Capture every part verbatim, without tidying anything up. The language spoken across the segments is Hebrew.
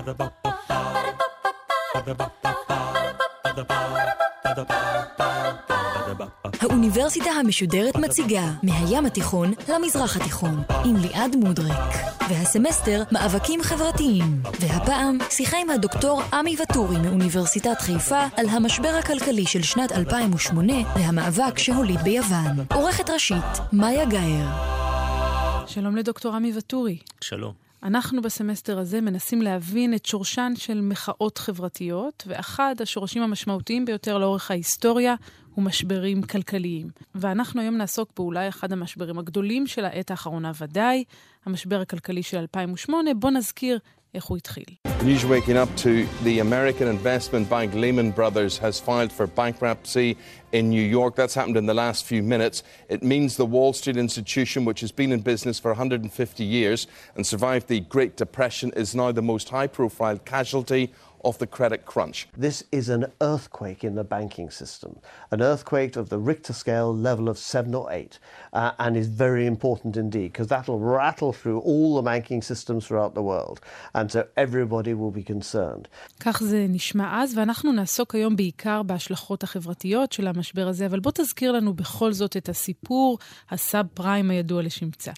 האוניברסיטה המשודרת מציגה מהים התיכון למזרח התיכון עם ליעד מודריק, והסמסטר מאבקים חברתיים, והפעם שיחה עם הדוקטור עמי וטורי מאוניברסיטת חיפה על המשבר הכלכלי של שנת אלפיים ושמונה והמאבק שהוליד ביוון. עורכת ראשית מאיה גאייר. שלום לדוקטור עמי וטורי. שלום. אנחנו בסמסטר הזה מנסים להבין את שורשן של מחאות חברתיות, ואחד השורשים המשמעותיים ביותר לאורך ההיסטוריה הוא משברים כלכליים. ואנחנו היום נעסוק באולי אחד המשברים הגדולים של העת האחרונה ודאי, המשבר הכלכלי של אלפיים ושמונה. בוא נזכיר איך הוא התחיל. News waking up to the American investment bank Lehman Brothers has filed for bankruptcy in New York. That's happened in the last few minutes. It means the Wall Street institution, which has been in business for one hundred fifty years and survived the Great Depression, is now the most high-profile casualty of the credit crunch. This is an earthquake in the banking system, an earthquake of the Richter scale level of seven or eight, uh, and is very important indeed, because that will rattle through all the banking systems throughout the world, and so everybody will be concerned. כך זה נשמע אז, ואנחנו נעסוק היום בעיקר בהשלכות החברתיות של המשבר הזה, אבל בוא תזכיר לנו בכל זאת את הסיפור, הסאב פריים הידוע לשמצה.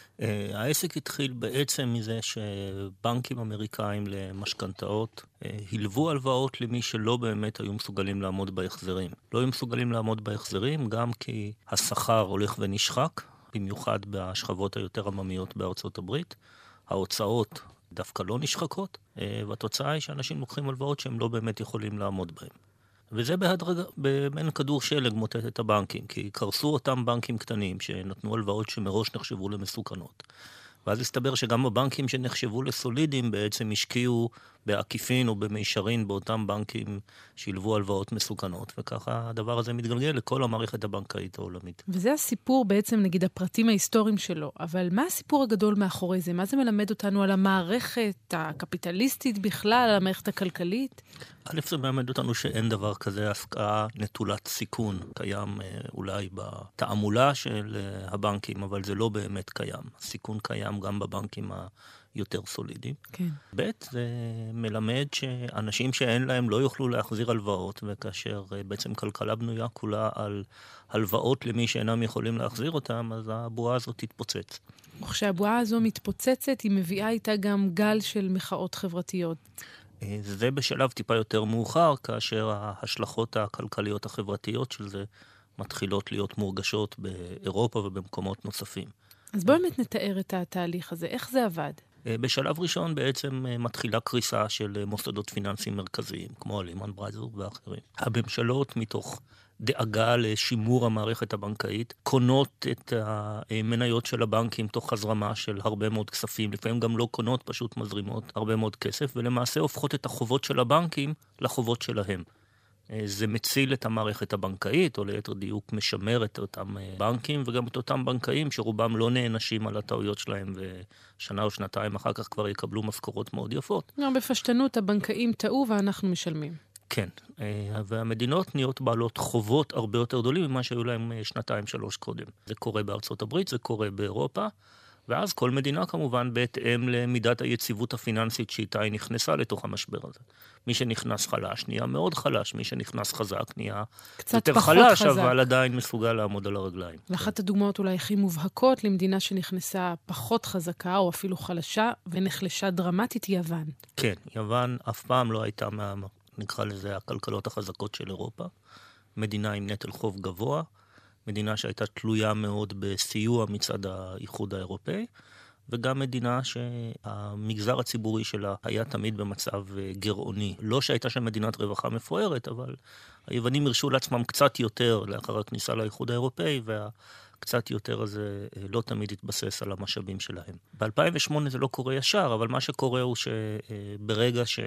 העסק התחיל בעצם מזה שבנקים אמריקאים למשכנתאות הלוו הלוואות למי שלא באמת היו מסוגלים לעמוד בהחזרים. לא היו מסוגלים לעמוד בהחזרים גם כי השכר הולך ונשחק, במיוחד בשכבות היותר עממיות בארצות הברית. ההוצאות דווקא לא נשחקות, והתוצאה היא שאנשים לוקחים הלוואות שהם לא באמת יכולים לעמוד בהן. וזה בהדרגה, בין כדור שלג מוטט את הבנקים, כי קרסו אותם בנקים קטנים שנתנו הלוואות שמראש נחשבו למסוכנות. ואז הסתבר שגם הבנקים שנחשבו לסולידים בעצם השקיעו בעקיפין או במישרין באותם בנקים שילבו הלוואות מסוכנות, וככה הדבר הזה מתגלגל לכל המערכת הבנקאית העולמית. וזה הסיפור בעצם, נגיד, הפרטים ההיסטוריים שלו, אבל מה הסיפור הגדול מאחורי זה? מה זה מלמד אותנו על המערכת הקפיטליסטית בכלל, על המערכת הכלכלית? א', זה מלמד אותנו שאין דבר כזה השקעה נטולת סיכון. קיים אולי בתעמולה של הבנקים, אבל זה לא באמת קיים. הסיכון קיים גם בבנקים היותר סולידיים. כן. ב', זה מלמד שאנשים שאין להם לא יוכלו להחזיר הלוואות, וכאשר בעצם כלכלה בנויה כולה על הלוואות למי שאינם יכולים להחזיר אותם, אז הבועה הזאת תתפוצץ. וכשהבועה הזו מתפוצצת, היא מביאה איתה גם גל של מחאות חברתיות. זה בשלב טיפה יותר מאוחר, כאשר ההשלכות הכלכליות החברתיות של זה מתחילות להיות מורגשות באירופה ובמקומות נוספים. אז בואו באמת נתאר את התהליך הזה. איך זה עבד? בשלב ראשון בעצם מתחילה קריסה של מוסדות פיננסיים מרכזיים, כמו לימן ברייזר ואחרים. הממשלות מתוך דאגה לשימור המערכת הבנקאית, קונות את המניות של הבנקים תוך הזרמה של הרבה מאוד כספים, לפעמים גם לא קונות, פשוט מזרימות הרבה מאוד כסף, ולמעשה הופכות את החובות של הבנקים לחובות שלהם. זה מציל את המערכת הבנקאית, או ליתר דיוק משמר את אותם בנקים, וגם את אותם בנקאים שרובם לא נענשים על הטעויות שלהם, ושנה או שנתיים אחר כך כבר יקבלו משכורות מאוד יפות. גם בפשטנות הבנקאים טעו ואנחנו משלמים. כן, והמדינות נהיות בעלות חובות הרבה יותר גדולים ממה שהיו להם שנתיים שלוש קודם. זה קורה בארצות הברית, זה קורה באירופה, ואז כל מדינה כמובן בהתאם למידת היציבות הפיננסית שאיתה היא נכנסה לתוך המשבר הזה. מי שנכנס חלש נהיה מאוד חלש, מי שנכנס חזק נהיה יותר חלש, חזק. אבל עדיין מסוגל לעמוד על הרגליים. ואחת הדוגמאות אולי הכי מובהקות למדינה שנכנסה פחות חזקה או אפילו חלשה ונחלשה דרמטית יוון. כן, יוון אף פעם לא הייתה מה... נקרא לזה הכלכלות החזקות של אירופה, מדינה עם נטל חוב גבוה, מדינה שהייתה תלויה מאוד בסיוע מצד האיחוד האירופאי, וגם מדינה שהמגזר הציבורי שלה היה תמיד במצב גרעוני. לא שהייתה שם מדינת רווחה מפוארת, אבל היוונים הרשו לעצמם קצת יותר לאחר הכניסה לאיחוד האירופאי, והקצת יותר הזה לא תמיד התבסס על המשאבים שלהם. ב-אלפיים ושמונה זה לא קורה ישר, אבל מה שקורה הוא שברגע ש...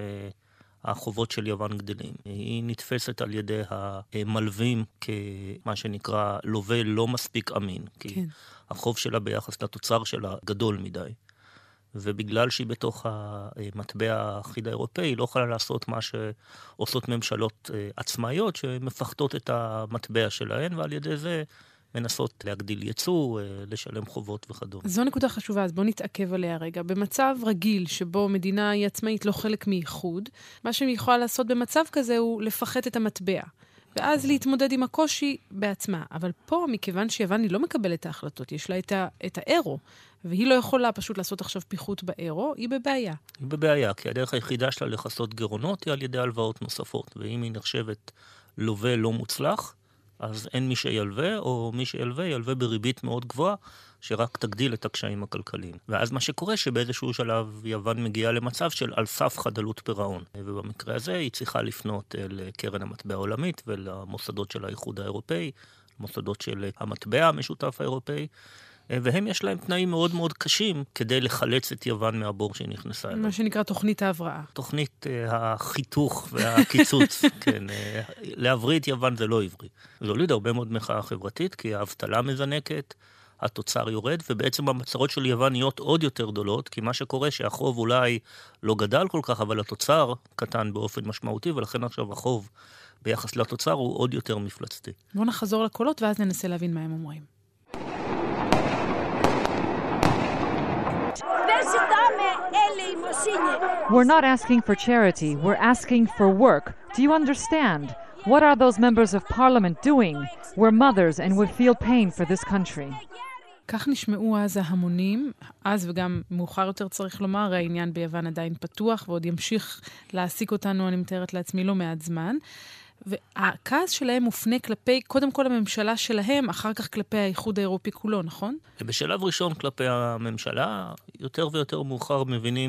החובות של יוון גדלים. היא נתפסת על ידי המלווים כמה שנקרא לווה לא מספיק אמין. כי כן. החוב שלה ביחס לתוצר שלה גדול מדי. ובגלל שהיא בתוך המטבע האחיד האירופאי, היא לא יכולה לעשות מה שעושות ממשלות עצמאיות שמפחתות את המטבע שלהן, ועל ידי זה מנסות להגדיל ייצוא, לשלם חובות וכדומה. זו נקודה חשובה, אז בוא נתעכב עליה רגע. במצב רגיל שבו מדינה היא עצמאית לא חלק מייחוד, מה שהיא יכולה לעשות במצב כזה הוא לפחת את המטבע. ואז להתמודד עם הקושי בעצמה. אבל פה, מכיוון שיוון היא לא מקבלת את ההחלטות, יש לה את, ה, את האירו, והיא לא יכולה פשוט לעשות עכשיו פיחות באירו, היא בבעיה. היא בבעיה, כי הדרך היחידה שלה לחסות גירעונות היא על ידי הלוואות נוספות. ואם היא נחשבת לווה לא מוצלח, אז אין מי שילווה, או מי שילווה ילווה בריבית מאוד גבוהה, שרק תגדיל את הקשיים הכלכליים. ואז מה שקורה שבאיזשהו שלב יוון מגיעה למצב של על סף חדלות פירעון. ובמקרה הזה היא צריכה לפנות לקרן המטבע העולמית ולמוסדות של האיחוד האירופאי, מוסדות של המטבע המשותף האירופאי, והם יש להם תנאים מאוד מאוד קשים כדי לחלץ את יוון מהבור שהיא נכנסה אליו. מה שנקרא תוכנית ההבראה. תוכנית החיתוך והקיצוץ, כן. להבריא את יוון זה לא עברי. זה הוליד הרבה מאוד מחאה חברתית, כי האבטלה מזנקת, התוצר יורד, ובעצם המצרות של יוון נהיות עוד יותר גדולות, כי מה שקורה שהחוב אולי לא גדל כל כך, אבל התוצר קטן באופן משמעותי, ולכן עכשיו החוב ביחס לתוצר הוא עוד יותר מפלצתי. בואו נחזור לקולות, ואז ננסה להבין מה הם אומרים. We're not asking for charity, we're asking for work. Do you understand? What are those members of parliament doing? We're mothers and we feel pain for this country. כך נשמעו אז ההמונים, אז וגם מאוחר יותר צריך לומר, העניין ביוון עדיין פתוח, ועוד ימשיך להעסיק אותנו, אני מתארת לעצמי, לא מעט זמן. והכעס שלהם מופנה כלפי, קודם כל הממשלה שלהם, אחר כך כלפי האיחוד האירופי כולו, נכון? בשלב ראשון כלפי הממשלה, יותר ויותר מאוחר מבינים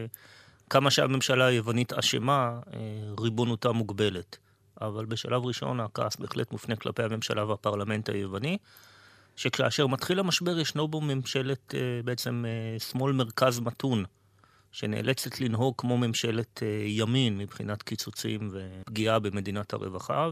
שכמה שהממשלה היוונית אשמה, ריבונותה מוגבלת. אבל בשלב ראשון הכעס בהחלט מופנה כלפי הממשלה והפרלמנט היווני, שכאשר מתחיל המשבר ישנו בו ממשלת בעצם שמאל מרכז מתון, שנאלצת לנהוג כמו ממשלת ימין מבחינת קיצוצים ופגיעה במדינת הרווחה,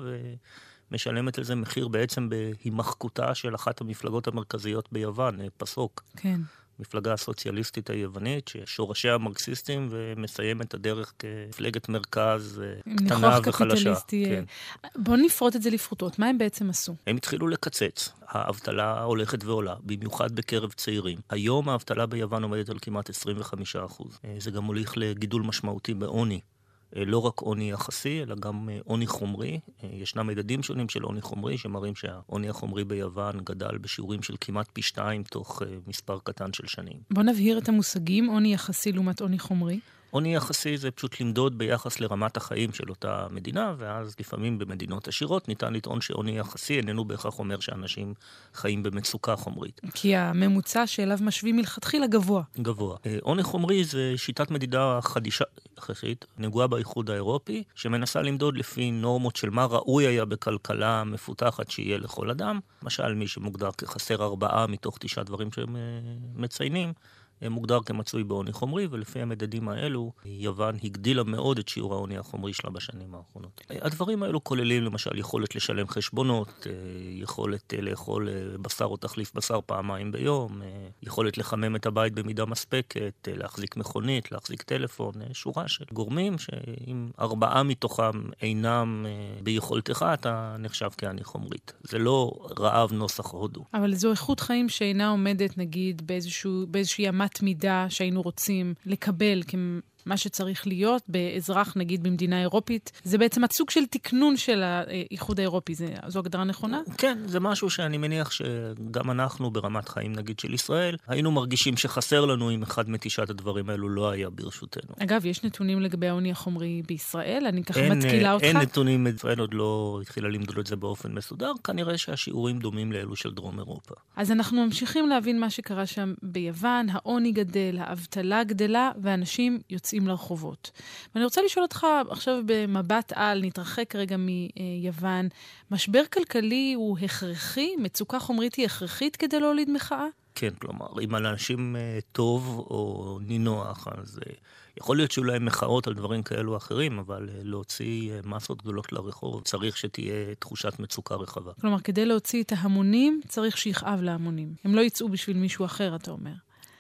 ומשלמת לזה מחיר בעצם בהימחקותה של אחת המפלגות המרכזיות ביוון, פסוק. כן. מפלגה הסוציאליסטית היוונית, ששורשיה מרקסיסטים ומסיימת את הדרך כמפלגת מרכז קטנה וחלשה. כן. בואו נפרוט את זה לפרוטות. מה הם בעצם עשו? הם התחילו לקצץ. האבטלה הולכת ועולה, במיוחד בקרב צעירים. היום האבטלה ביוון עומדת על כמעט עשרים וחמישה אחוז. זה גם הוליך לגידול משמעותי בעוני. לא רק עוני יחסי, אלא גם עוני חומרי. ישנם מדדים שונים של עוני חומרי, שמראים שהעוני החומרי ביוון גדל בשיעורים של כמעט פי שתיים תוך מספר קטן של שנים. בוא נבהיר את המושגים, עוני יחסי לעומת עוני חומרי. עוני יחסי זה פשוט למדוד ביחס לרמת החיים של אותה מדינה, ואז לפעמים במדינות עשירות ניתן לטעון שעוני יחסי איננו בהכרח אומר שאנשים חיים במצוקה חומרית. כי הממוצע שאליו משווים מלכתחילה גבוה. גבוה. עוני חומרי זה שיטת מדידה חדישה יחסית, נגועה באיחוד האירופי, שמנסה למדוד לפי נורמות של מה ראוי היה בכלכלה מפותחת שיהיה לכל אדם. למשל, מי שמוגדר כחסר ארבעה מתוך תשעה דברים שהם מציינים, מוגדר כמצוי בעוני חומרי, ולפי המדדים האלו, יוון הגדילה מאוד את שיעור העוני החומרי שלה בשנים האחרונות. הדברים האלו כוללים למשל יכולת לשלם חשבונות, יכולת לאכול בשר או תחליף בשר פעמיים ביום, יכולת לחמם את הבית במידה מספקת, להחזיק מכונית, להחזיק טלפון, שורה של גורמים שאם ארבעה מתוכם אינם ביכולתך, אתה נחשב כעני חומרית. זה לא רעב נוסח הודו. אבל זו איכות חיים שאינה עומדת, נגיד, באיזשהו, באיזושהי אמת מידה שהיינו רוצים לקבל כמה שצריך להיות באזרח, נגיד, במדינה אירופית. זה בעצם הסוג של תקנון של האיחוד האירופי. זה, זו הגדרה נכונה? כן, זה משהו שאני מניח שגם אנחנו ברמת חיים, נגיד, של ישראל, היינו מרגישים שחסר לנו אם אחד מתשעת הדברים האלו לא היה ברשותנו. אגב, יש נתונים לגבי העוני החומרי בישראל? אני ככה מתקילה אותך. אין נתונים, ישראל עוד לא התחילה למדוד את זה באופן מסודר, כנראה שהשיעורים דומים לאלו של דרום אירופה. אז אנחנו ממשיכים להבין מה שקרה שם ביוון, העוני גדל, האבטלה גדלה, ואנשים יוצאים לרחובות. ואני רוצה לשאול אותך עכשיו במבט על, נתרחק רגע מיוון, משבר כלכלי הוא הכרחי? מצוקה חומרית היא הכרחית כדי להוליד מחאה? כן, כלומר, אם לאנשים טוב או נינוח, אז יכול להיות שאולי מחאות על דברים כאלו או אחרים, אבל להוציא מסות גדולות לרחוב, צריך שתהיה תחושת מצוקה רחבה. כלומר, כדי להוציא את ההמונים, צריך שיכאב להמונים. הם לא יצאו בשביל מישהו אחר, אתה אומר.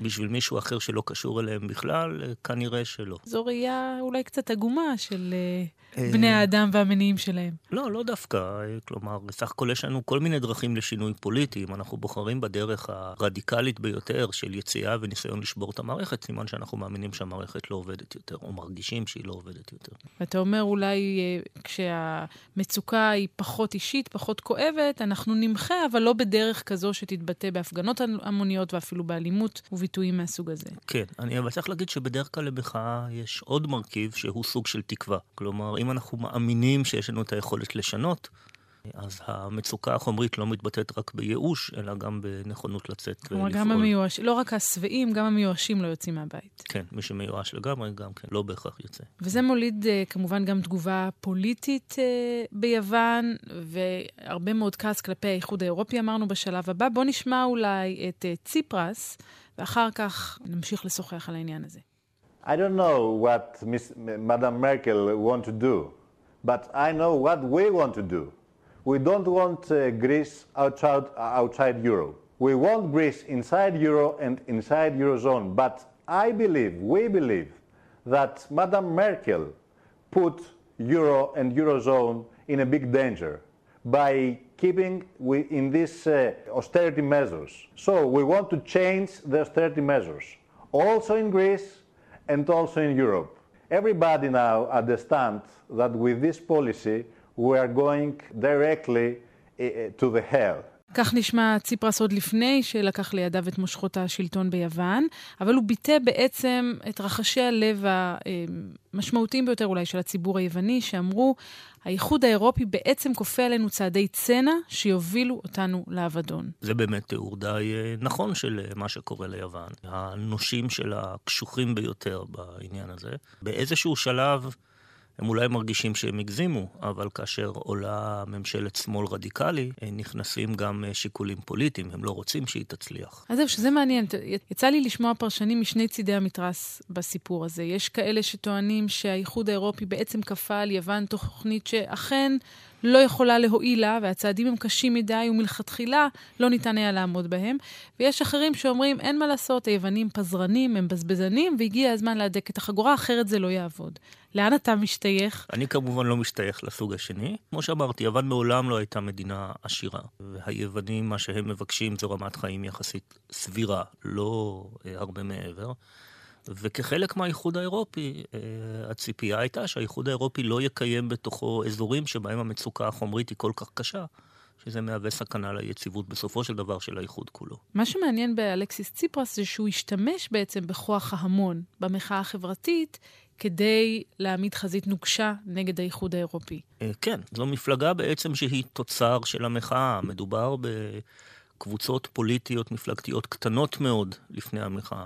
בשביל מישהו אחר שלא קשור אליהם בכלל, כנראה שלא. זו ראייה אולי קצת עגומה של בני האדם והמניעים שלהם. לא, לא דווקא. כלומר, בסך הכל יש לנו כל מיני דרכים לשינוי פוליטי. אם אנחנו בוחרים בדרך הרדיקלית ביותר של יציאה וניסיון לשבור את המערכת, סימן שאנחנו מאמינים שהמערכת לא עובדת יותר, או מרגישים שהיא לא עובדת יותר. ואתה אומר אולי כשהמצוקה היא פחות אישית, פחות כואבת, אנחנו נמחה, אבל לא בדרך כזו שתתבטא בהפגנות המוניות ואפילו באלימות וביטויים מהסוג הזה. כן, אני צריך להגיד שבדרך כלל למחאה יש עוד מרכיב שהוא סוג של תקווה. כלומר, אם אנחנו מאמינים שיש לנו את היכולת לשנות, אז המצוקה החומרית לא מתבטאת רק בייאוש, אלא גם בנכונות לצאת ולפעול. גם המיואש, לא רק השבעים, גם המיואשים לא יוצאים מהבית. כן, מי שמיואש לגמרי גם כן, לא בהכרח יוצא. וזה מוליד כמובן גם תגובה פוליטית ביוון, והרבה מאוד כעס כלפי האיחוד האירופי אמרנו בשלב הבא. בוא נשמע אולי את ציפרס, ואחר כך נמשיך לשוחח על העניין הזה. I don't know what Miss Madame Merkel want to do, but I know what we want to do. We don't want uh, Greece outside, outside Euro. We want Greece inside Euro and inside Eurozone. But I believe, we believe, that Madame Merkel put Euro and Eurozone in a big danger by keeping we, in these uh, austerity measures. So we want to change the austerity measures, also in Greece and also in Europe. Everybody now understands that with this policy we are going directly to the hell. כך נשמע ציפרס עוד לפני שלקח לידיו את מושכות השלטון ביוון, אבל הוא ביטא בעצם את רחשי הלב המשמעותיים ביותר אולי של הציבור היווני, שאמרו, האיחוד האירופי בעצם כופה עלינו צעדי צנע שיובילו אותנו לאבדון. זה באמת תיאור די נכון של מה שקורה ליוון. הנושים של הקשוחים ביותר בעניין הזה. באיזשהו שלב הם אולי מרגישים שהם הגזימו, אבל כאשר עולה ממשלת שמאל רדיקלי, נכנסים גם שיקולים פוליטיים, הם לא רוצים שהיא תצליח. אז זהו, שזה מעניין. יצא לי לשמוע פרשנים משני צידי המתרס בסיפור הזה. יש כאלה שטוענים שהאיחוד האירופי בעצם כפה על יוון תוכנית שאכן לא יכולה להועילה, והצעדים הם קשים מדי, ומלכתחילה לא ניתן היה לעמוד בהם. ויש אחרים שאומרים, אין מה לעשות, היוונים פזרנים, הם בזבזנים, והגיע הזמן להדק את החגורה, אחרת זה לא יעבוד. לאן אתה משתייך? אני כמובן לא משתייך לסוג השני. כמו שאמרתי, יוון מעולם לא הייתה מדינה עשירה. והיוונים, מה שהם מבקשים, זו רמת חיים יחסית סבירה, לא הרבה מעבר. וכחלק מהאיחוד האירופי, הציפייה הייתה שהאיחוד האירופי לא יקיים בתוכו אזורים שבהם המצוקה החומרית היא כל כך קשה, שזה מהווה סכנה ליציבות בסופו של דבר של האיחוד כולו. מה שמעניין באלכסיס ציפרס זה שהוא השתמש בעצם בכוח ההמון במחאה החברתית, כדי להעמיד חזית נוקשה נגד האיחוד האירופי. כן, זו מפלגה בעצם שהיא תוצר של המחאה. מדובר בקבוצות פוליטיות מפלגתיות קטנות מאוד לפני המחאה,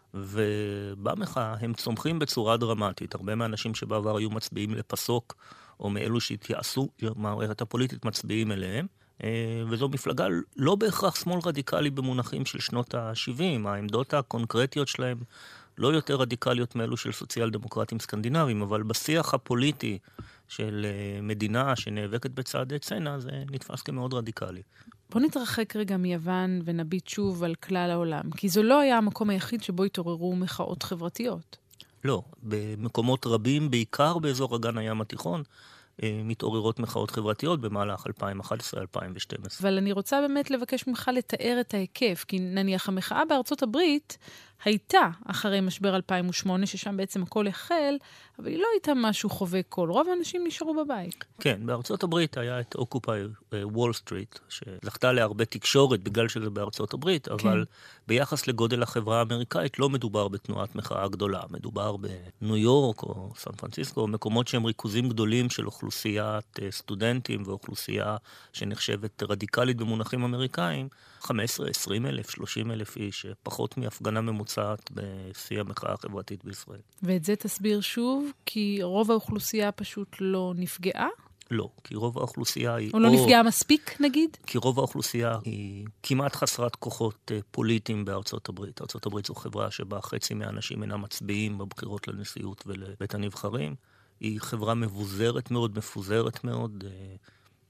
ובמחאה הם צומחים בצורה דרמטית. הרבה מהאנשים שבעבר היו מצביעים לפסוק, או מאלו שהתייעשו במערכת הפוליטית מצביעים אליהם, וזו מפלגה לא בהכרח שמאל רדיקלי במונחים של שנות ה-שבעים. העמדות הקונקרטיות שלהם לא יותר רדיקליות מאלו של סוציאל דמוקרטים סקנדינביים, אבל בשיח הפוליטי של מדינה שנאבקת בצעדי צנע, זה נתפס כמאוד רדיקלי. בוא נתרחק רגע מיוון ונביט שוב על כלל העולם, כי זו לא היה המקום היחיד שבו התעוררו מחאות חברתיות. לא, במקומות רבים, בעיקר באזור אגן הים התיכון, מתעוררות מחאות חברתיות במהלך אלפיים ואחת עשרה אלפיים ושתים עשרה. אבל אני רוצה באמת לבקש ממך לתאר את ההיקף, כי נניח המחאה בארצות הברית הייתה אחרי משבר אלפיים ושמונה, ששם בעצם הכל החל, אבל היא לא הייתה משהו חובק כל. רוב האנשים נשארו בבית. כן, בארצות הברית היה את אוקופאי וול סטריט, שזכתה להרבה תקשורת בגלל שזה בארצות הברית, אבל ביחס לגודל החברה האמריקאית לא מדובר בתנועת מחאה גדולה. מדובר בניו יורק או סן פרנסיסקו, מקומות שהם ריכוזים גדולים של אוכלוסיית סטודנטים ואוכלוסייה שנחשבת רדיקלית במונחים אמריקאים, חמש עשרה, עשרים אלף, שלושים אלף איש, פחות מהפגנה ממוצעת בשיא המחאה החברתית בישראל. ואת זה תסביר שוב, כי רוב האוכלוסייה פשוט לא נפגעה? לא, כי רוב האוכלוסייה היא... או לא נפגעה מספיק, נגיד? כי רוב האוכלוסייה היא כמעט חסרת כוחות פוליטיים בארצות הברית. ארצות הברית זו חברה שבה חצי מהאנשים אינם מצביעים בבחירות לנשיאות ולבית הנבחרים. היא חברה מבוזרת מאוד, מפוזרת מאוד,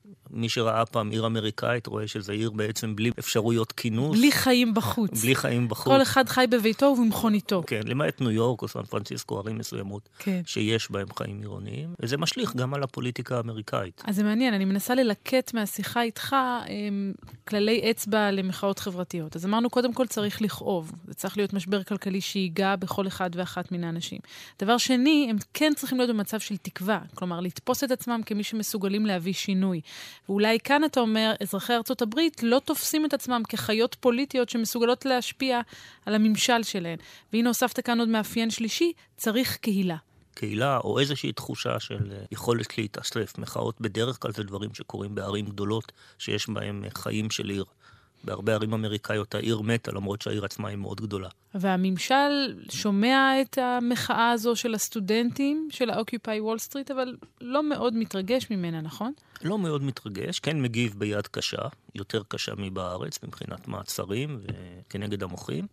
מי שראה פעם עיר אמריקאית רואה שזה עיר בעצם בלי אפשרויות כינוס. בלי חיים בחוץ. בלי חיים בחוץ. כל אחד חי בביתו ובמכוניתו. כן, למעט ניו יורק או סן פרנסיסקו, ערים מסוימות, כן. שיש בהם חיים עירוניים, וזה משליך גם על הפוליטיקה האמריקאית. אז זה מעניין, אני מנסה ללקט מהשיחה איתך הם, כללי אצבע למחאות חברתיות. אז אמרנו, קודם כל צריך לכאוב. זה צריך להיות משבר כלכלי שיגע בכל אחד ואחת מן האנשים. דבר שני, הם כן צריכים להיות במצב של תקווה, כלומר, לתפוס את עצמם כמי שמסוגלים להביא שינוי. ואולי כאן אתה אומר, אזרחי ארצות הברית לא תופסים את עצמם כחיות פוליטיות שמסוגלות להשפיע על הממשל שלהן. והנה הוספת כאן עוד מאפיין שלישי, צריך קהילה. קהילה או איזושהי תחושה של יכולת להתאסף. מחאות בדרך כלל זה דברים שקורים בערים גדולות, שיש בהם חיים של עיר. בהרבה ערים אמריקאיות העיר מתה, למרות שהעיר עצמה היא מאוד גדולה. והממשל שומע את המחאה הזו של הסטודנטים, של ה-Occupy Wall Street, אבל לא מאוד מתרגש ממנה, נכון? לא מאוד מתרגש, כן מגיב ביד קשה, יותר קשה מבארץ, מבחינת מעצרים וכנגד המוחים,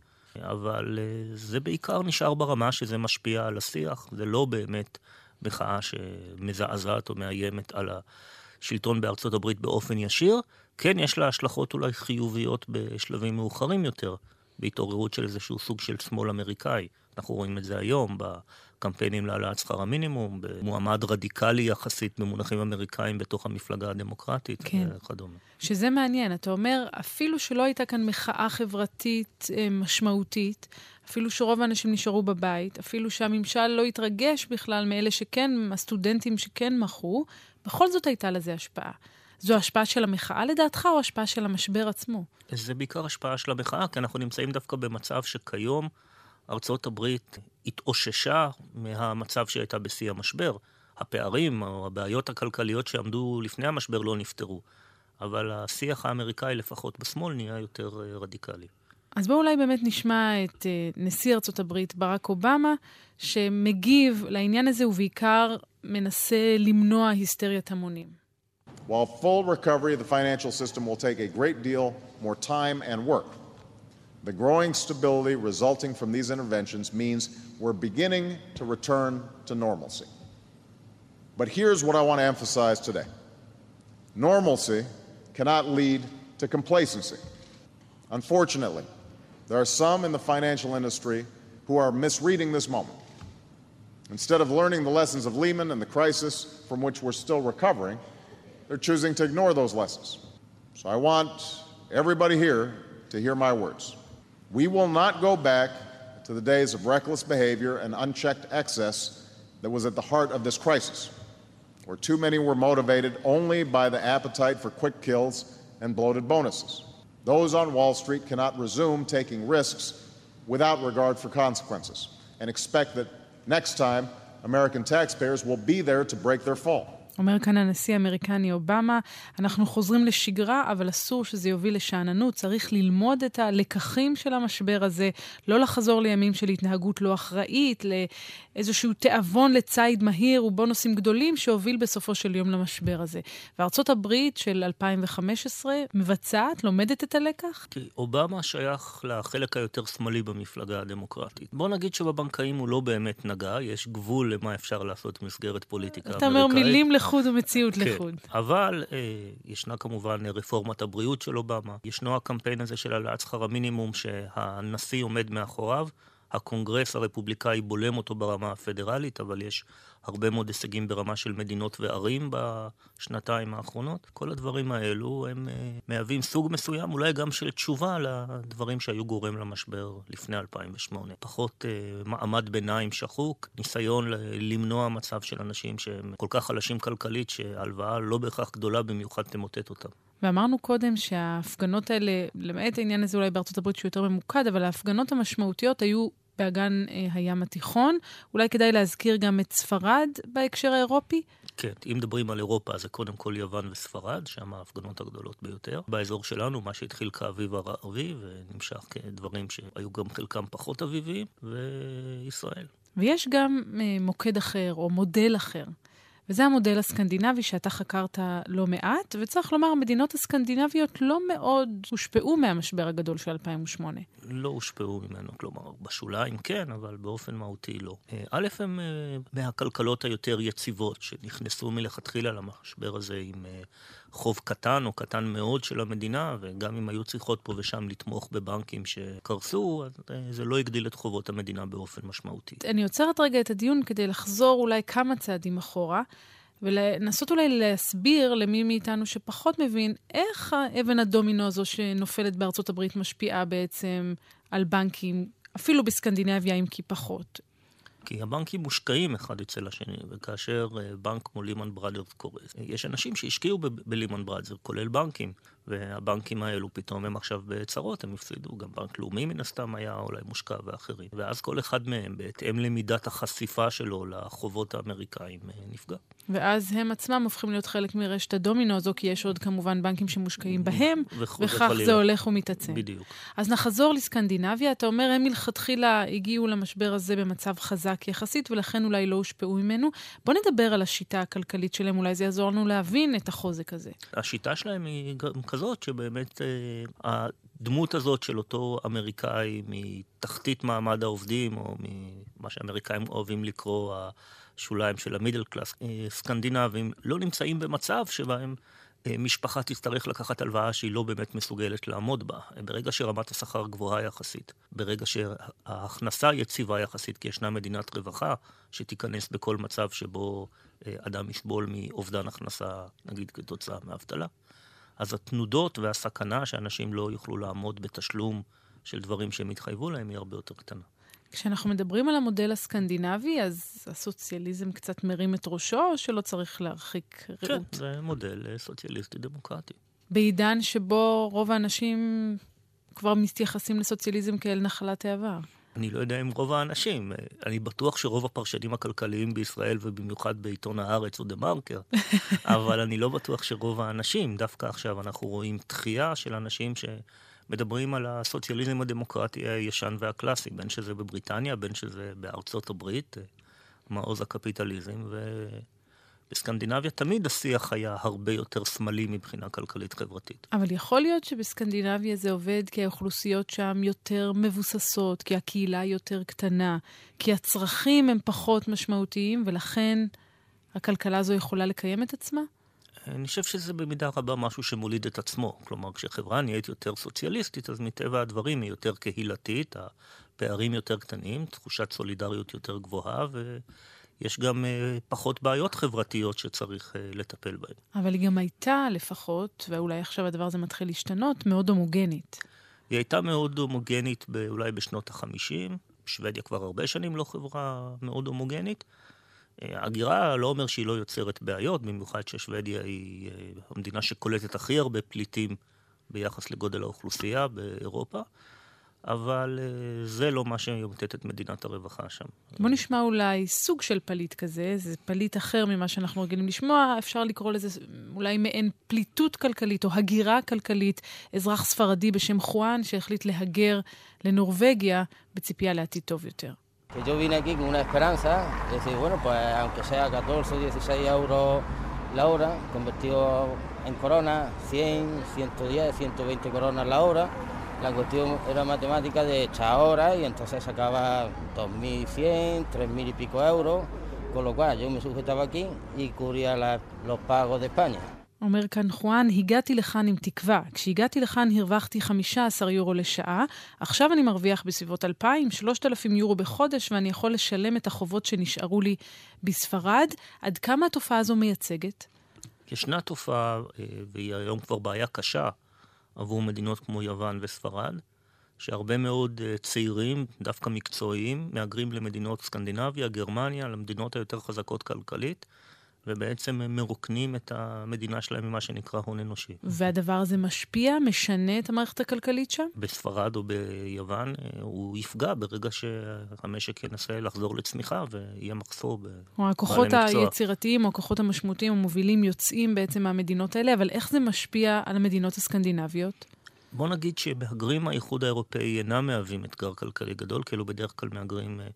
אבל זה בעיקר נשאר ברמה שזה משפיע על השיח, זה לא באמת מחאה שמזעזעת או מאיימת על השלטון בארצות הברית באופן ישיר, כן, יש לה השלכות אולי חיוביות בשלבים מאוחרים יותר, בהתעוררות של איזשהו סוג של שמאל אמריקאי. אנחנו רואים את זה היום בקמפיינים להעלאת שכר המינימום, במועמד רדיקלי יחסית במונחים אמריקאים בתוך המפלגה הדמוקרטית כן. וכדומה. שזה מעניין, אתה אומר, אפילו שלא הייתה כאן מחאה חברתית משמעותית, אפילו שרוב האנשים נשארו בבית, אפילו שהממשל לא התרגש בכלל מאלה שכן, הסטודנטים שכן מחו, בכל זאת הייתה לזה השפעה. זו השפעה של המחאה לדעתך או השפעה של המשבר עצמו? זה בעיקר השפעה של המחאה, כי אנחנו נמצאים דווקא במצב שכיום ארצות הברית התאוששה מהמצב שהייתה בשיא המשבר. הפערים או הבעיות הכלכליות שעמדו לפני המשבר לא נפתרו, אבל השיח האמריקאי לפחות בשמאל נהיה יותר רדיקלי. אז בואו אולי באמת נשמע את נשיא ארצות הברית ברק אובמה, שמגיב לעניין הזה ובעיקר מנסה למנוע היסטריית המונים. While full recovery of the financial system will take a great deal more time and work, the growing stability resulting from these interventions means we're beginning to return to normalcy. But here's what I want to emphasize today. Normalcy cannot lead to complacency. Unfortunately, there are some in the financial industry who are misreading this moment. Instead of learning the lessons of Lehman and the crisis from which we're still recovering, they're choosing to ignore those lessons. So I want everybody here to hear my words. We will not go back to the days of reckless behavior and unchecked excess that was at the heart of this crisis, where too many were motivated only by the appetite for quick kills and bloated bonuses. Those on Wall Street cannot resume taking risks without regard for consequences and expect that next time American taxpayers will be there to break their fall. אומר כאן הנשיא האמריקני אובמה, אנחנו חוזרים לשגרה, אבל אסור שזה יוביל לשעננות, צריך ללמוד את הלקחים של המשבר הזה, לא לחזור לימים של התנהגות לא אחראית, לאיזשהו תאבון לצייד מהיר ובונוסים גדולים שהוביל בסופו של יום למשבר הזה. וארצות הברית של אלפיים וחמש עשרה מבצעת, לומדת את הלקח? כי אובמה שייך לחלק היותר שמאלי במפלגה הדמוקרטית. בוא נגיד שבבנקאים הוא לא באמת נגע, יש גבול למה אפשר לעשות במסגרת פוליטיקה אמריקאית. אתה אומר מילים לחוד ומציאות כן, לחוד. אבל אה, ישנה כמובן רפורמת הבריאות של אובמה, ישנו הקמפיין הזה של העלאת שכר המינימום שהנשיא עומד מאחוריו, הקונגרס הרפובליקאי בולם אותו ברמה הפדרלית, אבל יש הרבה מאוד הישגים ברמה של מדינות וערים בשנתיים האחרונות. כל הדברים האלו הם uh, מהווים סוג מסוים, אולי גם של תשובה לדברים שהיו גורם למשבר לפני אלפיים ושמונה. פחות uh, מעמד ביניים שחוק, ניסיון למנוע מצב של אנשים שהם כל כך חלשים כלכלית, שההלוואה לא בהכרח גדולה במיוחד תמוטט אותם. ואמרנו קודם שההפגנות האלה, למעט העניין הזה אולי בארצות הברית שהוא יותר ממוקד, אבל ההפגנות המשמעותיות היו באגן אה, הים התיכון. אולי כדאי להזכיר גם את ספרד בהקשר האירופי? כן, אם מדברים על אירופה, זה קודם כל יוון וספרד, שם ההפגנות הגדולות ביותר. באזור שלנו, מה שהתחיל כאביב הערבי, ונמשך כדברים שהיו גם חלקם פחות אביביים, וישראל. ויש גם אה, מוקד אחר, או מודל אחר. וזה המודל הסקנדינבי שאתה חקרת לא מעט, וצריך לומר, המדינות הסקנדינביות לא מאוד הושפעו מהמשבר הגדול של אלפיים ושמונה. לא הושפעו ממנו, כלומר, בשוליים כן, אבל באופן מהותי לא. א', הם מהכלכלות היותר יציבות, שנכנסו מלכתחילה למשבר הזה עם חוב קטן או קטן מאוד של המדינה, וגם אם היו צריכות פה ושם לתמוך בבנקים שקרסו, אז זה לא הגדיל את חובות המדינה באופן משמעותי. אני עוצרת רגע את הדיון כדי לחזור אולי כמה צעדים אחורה, ולנסות אולי להסביר למי מאיתנו שפחות מבין איך האבן הדומינו הזו שנופלת בארצות הברית משפיעה בעצם על בנקים, אפילו בסקנדינביה אם כי פחות. כי הבנקים מושקעים אחד אצל השני, וכאשר בנק כמו לימן בראדרס קורס, יש אנשים שהשקיעו בלימן בראדרס, כולל בנקים, והבנקים האלו פתאום הם עכשיו בצרות, הם הפסידו, גם בנק לאומי מן הסתם היה אולי מושקע ואחרים. ואז כל אחד מהם, בהתאם למידת החשיפה שלו לחובות האמריקאים, נפגע. ואז הם עצמם הופכים להיות חלק מרשת הדומינו הזו, כי יש עוד כמובן בנקים שמושקעים בהם, וכך זה הולך ומתעצם. בדיוק. אז נחזור לסקנדינביה, אתה אומר, הם מלכתחילה הגיעו למשבר הזה במצב חזק יחסית, ולכן אולי לא הושפעו ממנו. בוא נדבר על השיטה הכלכלית שלהם, אולי זה יעזור לנו להבין את החוזק הזה. השיטה שלהם היא כזאת, שבאמת הדמות הזאת של אותו אמריקאי מתחתית מעמד העובדים, או ממה שאמריקאים אוהבים לקרוא השוליים של המידל קלאס, סקנדינבים לא נמצאים במצב שבהם משפחה תצטרך לקחת הלוואה שהיא לא באמת מסוגלת לעמוד בה. ברגע שרמת השכר גבוהה יחסית, ברגע שההכנסה יציבה יחסית, כי ישנה מדינת רווחה שתיכנס בכל מצב שבו אדם יסבול מאובדן הכנסה, נגיד כתוצאה מאבטלה, אז התנודות והסכנה שאנשים לא יוכלו לעמוד בתשלום של דברים שהם התחייבו להם היא הרבה יותר קטנה. כשאנחנו מדברים על המודל הסקנדינבי, אז הסוציאליזם קצת מרים את ראשו, או שלא צריך להרחיק ראות? כן, זה מודל סוציאליסטי דמוקרטי. בעידן שבו רוב האנשים כבר מתייחסים לסוציאליזם כאל נחלת העבר. אני לא יודע אם רוב האנשים. אני בטוח שרוב הפרשנים הכלכליים בישראל, ובמיוחד בעיתון הארץ או דה מרקר, אבל אני לא בטוח שרוב האנשים, דווקא עכשיו אנחנו רואים תחייה של אנשים שמדברים על הסוציאליזם הדמוקרטי הישן והקלאסי, בין שזה בבריטניה, בין שזה בארצות הברית, מעוז הקפיטליזם, ובסקנדינביה תמיד השיח היה הרבה יותר שמאלי מבחינה כלכלית חברתית. אבל יכול להיות שבסקנדינביה זה עובד כי האוכלוסיות שם יותר מבוססות, כי הקהילה יותר קטנה, כי הצרכים הם פחות משמעותיים, ולכן הכלכלה הזו יכולה לקיים את עצמה? אני חושב שזה במידה רבה משהו שמוליד את עצמו. כלומר, כשחברה נהיית יותר סוציאליסטית, אז מטבע הדברים היא יותר קהילתית, הפערים יותר קטנים, תחושת סולידריות יותר גבוהה, ויש גם פחות בעיות חברתיות שצריך לטפל בהן. אבל היא גם הייתה לפחות, ואולי עכשיו הדבר הזה מתחיל להשתנות, מאוד הומוגנית. היא הייתה מאוד הומוגנית אולי בשנות החמישים, שוודיה כבר הרבה שנים לא חברה מאוד הומוגנית, הגירה לא אומר שהיא לא יוצרת בעיות, במיוחד ששוודיה היא המדינה שקולטת הכי הרבה פליטים ביחס לגודל האוכלוסייה באירופה, אבל זה לא מה שיומתת את מדינת הרווחה שם. בוא נשמע אולי סוג של פליט כזה, זה פליט אחר ממה שאנחנו רגילים לשמוע, אפשר לקרוא לזה אולי מעין פליטות כלכלית או הגירה כלכלית, אזרח ספרדי בשם חואן שהחליט להגר לנורווגיה בציפייה לעתיד טוב יותר. Que yo vine aquí con una esperanza, de decir, bueno, pues aunque sea catorce o dieciséis euros la hora, convertido en coronas, cien, ciento diez, ciento veinte coronas la hora, la cuestión era matemática de echar horas y entonces sacaba dos mil cien, tres mil y pico euros, con lo cual yo me sujetaba aquí y cubría la, los pagos de España. אומר כאן חואן, הגעתי לכאן עם תקווה. כשהגעתי לכאן הרווחתי חמישה עשר יורו לשעה, עכשיו אני מרוויח בסביבות אלפיים, שלושת אלפים יורו בחודש, ואני יכול לשלם את החובות שנשארו לי בספרד. עד כמה התופעה הזו מייצגת? ישנה תופעה, והיא היום כבר בעיה קשה, עבור מדינות כמו יוון וספרד, שהרבה מאוד צעירים, דווקא מקצועיים, מאגרים למדינות סקנדינביה, גרמניה, למדינות היותר חזקות כלכלית, ובעצם הם מרוקנים את המדינה שלהם ממה שנקרא הון אנושי. והדבר הזה משפיע, משנה את המערכת הכלכלית שם? בספרד או ביוון הוא יפגע ברגע שהמשק ינסה לחזור לצמיחה ויהיה מחסור בבעלי מקצוע. או הכוחות היצירתיים או הכוחות המשמעותיים המובילים יוצאים בעצם מהמדינות האלה, אבל איך זה משפיע על המדינות הסקנדינביות? בוא נגיד שמהגרים האיחוד האירופאי אינם מהווים אתגר כלכלי גדול, כאילו בדרך כלל מהגרים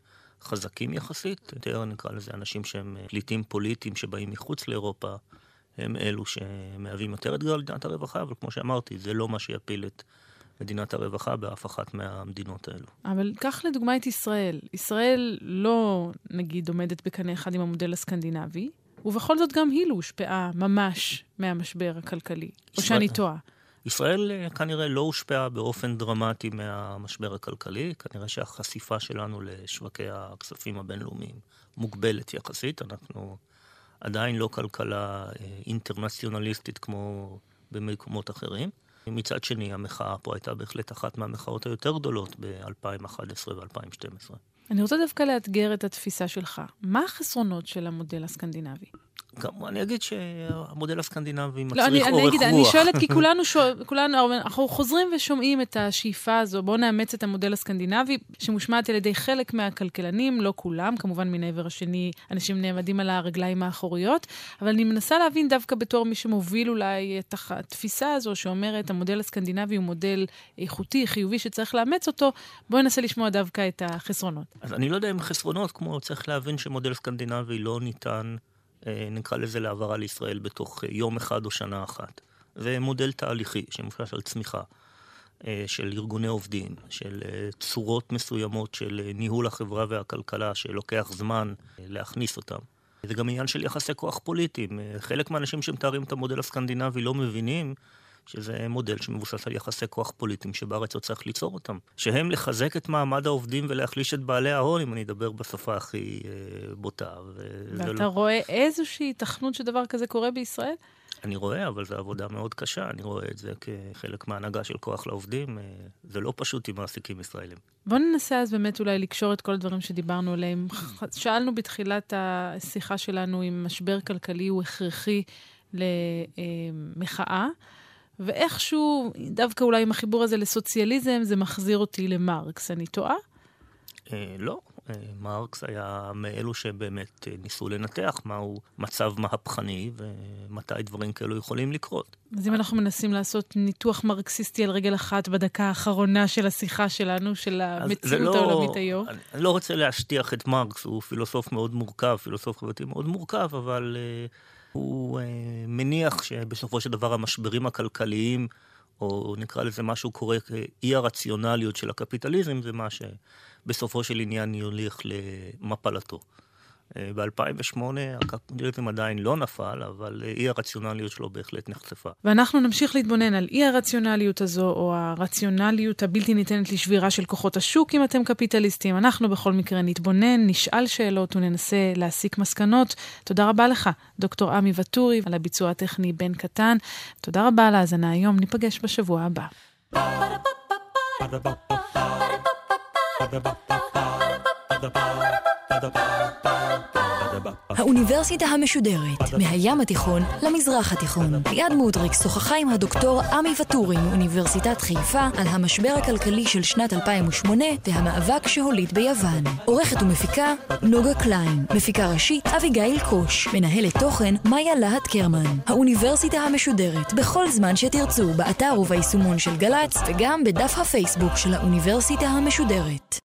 חזקים יחסית, יותר נקרא לזה אנשים שהם פליטים פוליטיים שבאים מחוץ לאירופה, הם אלו שמהווים יותר אתגר למדינת הרווחה, אבל כמו שאמרתי, זה לא מה שיפיל את מדינת הרווחה באף אחת מהמדינות האלו. אבל קח לדוגמה את ישראל. ישראל לא, נגיד, עומדת בקנה אחד עם המודל הסקנדינבי, ובכל זאת גם היא לא הושפעה ממש מהמשבר הכלכלי. או שאני טועה. ישראל כנראה לא הושפעה באופן דרמטי מהמשבר הכלכלי, כנראה שהחשיפה שלנו לשווקי הכספים הבינלאומיים מוגבלת יחסית, אנחנו עדיין לא כלכלה אינטרנציונליסטית כמו במקומות אחרים. מצד שני, המחאה פה הייתה בהחלט אחת מהמחאות היותר גדולות ב-אלפיים ואחת עשרה ו-אלפיים ושתים עשרה. אני רוצה דווקא לאתגר את התפיסה שלך. מה החסרונות של המודל הסקנדינבי? גם אני אגיד שהמודל הסקנדינבי מצריך לא, אני, אורך אני אגיד, רוח. אני שואלת כי כולנו, שואל, כולנו, אנחנו חוזרים ושומעים את השאיפה הזו, בואו נאמץ את המודל הסקנדינבי, שמושמעת על ידי חלק מהכלכלנים, לא כולם, כמובן מן העבר השני, אנשים נעמדים על הרגליים האחוריות, אבל אני מנסה להבין דווקא בתור מי שמוביל אולי את התפיסה הזו, שאומרת, המודל הסקנדינבי הוא מודל איכותי, חיובי, שצריך לאמץ אותו, בואו ננסה לשמוע דווקא את החסרונות. אז אני לא יודע אם חסרונות, כמו צריך להבין שמודל סקנדינבי לא ניתן נקרא לזה לעברה לישראל בתוך יום אחד או שנה אחת. זה מודל תהליכי שמושש על צמיחה של ארגוני עובדים, של צורות מסוימות של ניהול החברה והכלכלה שלוקח זמן להכניס אותם. זה גם עניין של יחסי כוח פוליטיים. חלק מהאנשים שמתארים את המודל הסקנדינבי לא מבינים שזה מודל שמבוסס על יחסי כוח פוליטיים שבארץ לא צריך ליצור אותם. שהם לחזק את מעמד העובדים ולהחליש את בעלי ההון, אם אני אדבר בשפה הכי אה, בוטה. ואתה לא... רואה איזושהי תכנות שדבר כזה קורה בישראל? אני רואה, אבל זו עבודה מאוד קשה. אני רואה את זה כחלק מההנהגה של כוח לעובדים. זה לא פשוט עם מעסיקים ישראלים. בוא ננסה אז באמת אולי לקשור את כל הדברים שדיברנו עליהם. שאלנו בתחילת השיחה שלנו אם משבר כלכלי הוא הכרחי למחאה, ואיכשהו, דווקא אולי עם החיבור הזה לסוציאליזם, זה מחזיר אותי למרקס. אני טועה? אה, לא. אה, מרקס היה מאלו שבאמת ניסו לנתח מהו מצב מהפכני, ומתי דברים כאלו יכולים לקרות. אז אם אנחנו מנסים לעשות ניתוח מרקסיסטי על רגל אחת בדקה האחרונה של השיחה שלנו, של המציאות לא, העולמית היום. אני, אני לא רוצה להשטיח את מרקס, הוא פילוסוף מאוד מורכב, פילוסוף חברתי מאוד מורכב, אבל... אה, הוא uh, מניח שבסופו של דבר המשברים הכלכליים, או נקרא לזה משהו קורא כאי הרציונליות של הקפיטליזם, זה מה שבסופו של עניין יוליך למפלתו. Uh, ב-אלפיים ושמונה הקפיטליזם עדיין לא נפל, אבל אי הרציונליות שלו בהחלט נחשפה. ואנחנו נמשיך להתבונן על אי הרציונליות הזו, או הרציונליות הבלתי ניתנת לשבירה של כוחות השוק, אם אתם קפיטליסטים. אנחנו בכל מקרה נתבונן, נשאל שאלות וננסה להסיק מסקנות. תודה רבה לך, דוקטור עמי וטורי, על הביצוע הטכני בן קטן. תודה רבה על ההאזנה היום, ניפגש בשבוע הבא. האוניברסיטה המשודרת, מהים התיכון למזרח התיכון. ליעד מודריק שוחחה עם הדוקטור עמי וטורי מאוניברסיטת חיפה על המשבר הכלכלי של שנת אלפיים ושמונה והמאבק שהוליד ביוון. עורכת ומפיקה נוגה קליין, מפיקה ראשית אביגיל קוש, מנהלת תוכן מאיה להט קרמן. האוניברסיטה המשודרת, בכל זמן שתרצו, באתר וביישומון של גלץ וגם בדף הפייסבוק של האוניברסיטה המשודרת.